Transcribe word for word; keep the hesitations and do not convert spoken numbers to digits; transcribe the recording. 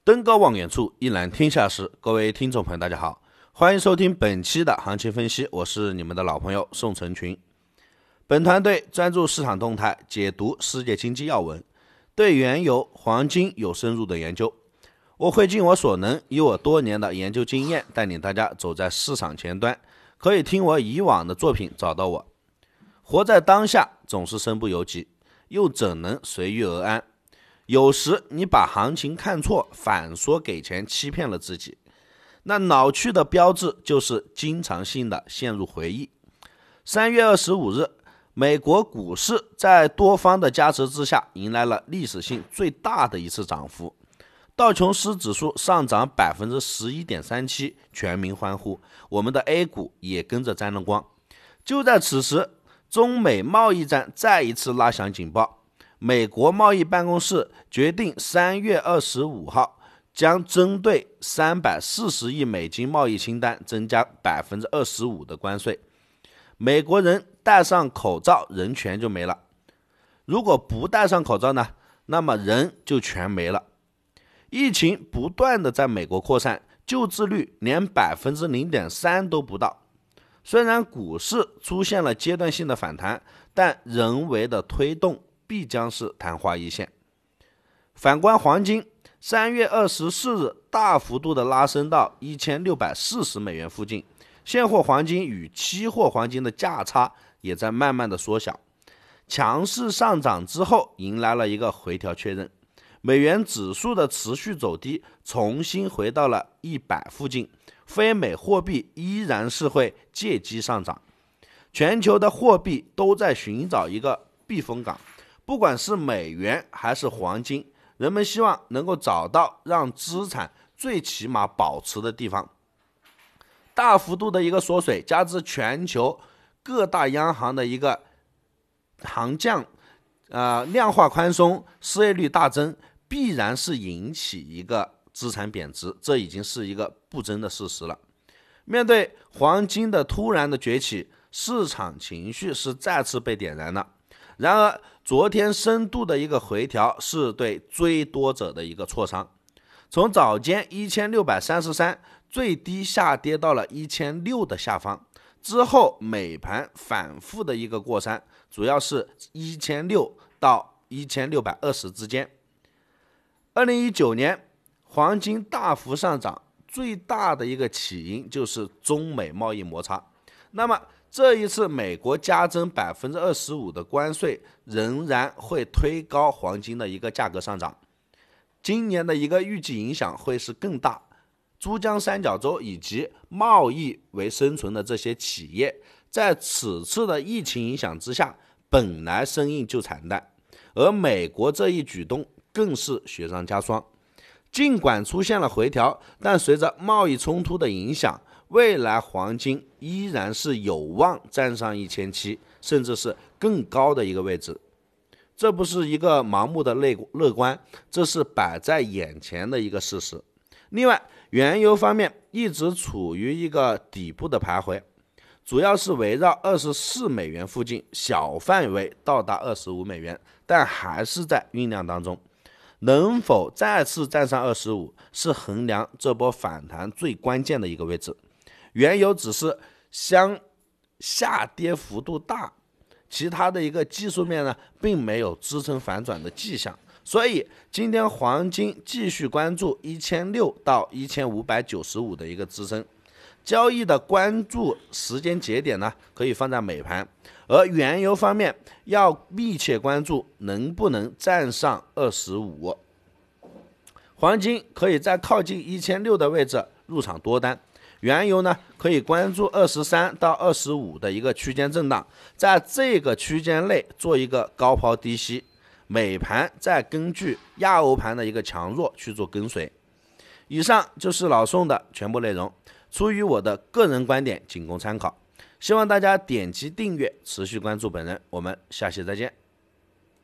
登高望远处，一览天下事。各位听众朋友，大家好，欢迎收听本期的行情分析，我是你们的老朋友宋成群。本团队专注市场动态，解读世界经济要闻，对原油、黄金有深入的研究。我会尽我所能，以我多年的研究经验，带领大家走在市场前端。可以听我以往的作品找到我。活在当下总是身不由己，又怎能随遇而安？有时你把行情看错，反说给钱欺骗了自己，那老去的标志就是经常性的陷入回忆。三月二十五日，美国股市在多方的加持之下，迎来了历史性最大的一次涨幅。道琼斯指数上涨 百分之十一点三七， 全民欢呼，我们的 A 股也跟着沾了光。就在此时，中美贸易战再一次拉响警报。美国贸易办公室决定三月二十五号将针对三百四十亿美金贸易清单增加 百分之二十五 的关税。美国人戴上口罩，人权就没了。如果不戴上口罩呢，那么人就全没了。疫情不断的在美国扩散，救治率连 百分之零点三 都不到。虽然股市出现了阶段性的反弹，但人为的推动必将是昙花一现。反观黄金，三月二十四日大幅度的拉升到一千六百四十美元附近，现货黄金与期货黄金的价差也在慢慢的缩小。强势上涨之后，迎来了一个回调确认，美元指数的持续走低，重新回到了一百附近，非美货币依然是会借机上涨。全球的货币都在寻找一个避风港，不管是美元还是黄金，人们希望能够找到让资产最起码保持的地方。大幅度的一个缩水，加之全球各大央行的一个行降、呃、量化宽松，失业率大增，必然是引起一个资产贬值，这已经是一个不争的事实了。面对黄金的突然的崛起，市场情绪是再次被点燃了。然而昨天深度的一个回调是对追多者的一个挫伤，从早间一千六百三十三最低下跌到了一千六百的下方，之后美盘反复的一个过山，主要是一千六百到一千六百二十之间。二零一九年黄金大幅上涨，最大的一个起因就是中美贸易摩擦。那么这一次美国加征 百分之二十五 的关税，仍然会推高黄金的一个价格上涨。今年的一个预计影响会是更大。珠江三角洲以及贸易为生存的这些企业，在此次的疫情影响之下，本来生意就惨淡，而美国这一举动更是雪上加霜。尽管出现了回调，但随着贸易冲突的影响，未来黄金依然是有望站上一千七百，甚至是更高的一个位置。这不是一个盲目的乐观，这是摆在眼前的一个事实。另外，原油方面一直处于一个底部的徘徊，主要是围绕二十四美元附近，小范围到达二十五美元，但还是在酝酿当中。能否再次站上二十五，是衡量这波反弹最关键的一个位置。原油只是相下跌幅度大，其他的一个技术面呢，并没有支撑反转的迹象，所以今天黄金继续关注一千六百到一千五百九十五的一个支撑。交易的关注时间节点呢，可以放在美盘，而原油方面要密切关注能不能站上二十五。黄金可以在靠近一千六百的位置入场多单，原油呢可以关注二十三到二十五的一个区间震荡，在这个区间内做一个高抛低吸，美盘再根据亚欧盘的一个强弱去做跟随。以上就是老宋的全部内容，出于我的个人观点，仅供参考。希望大家点击订阅，持续关注本人。我们下期再见。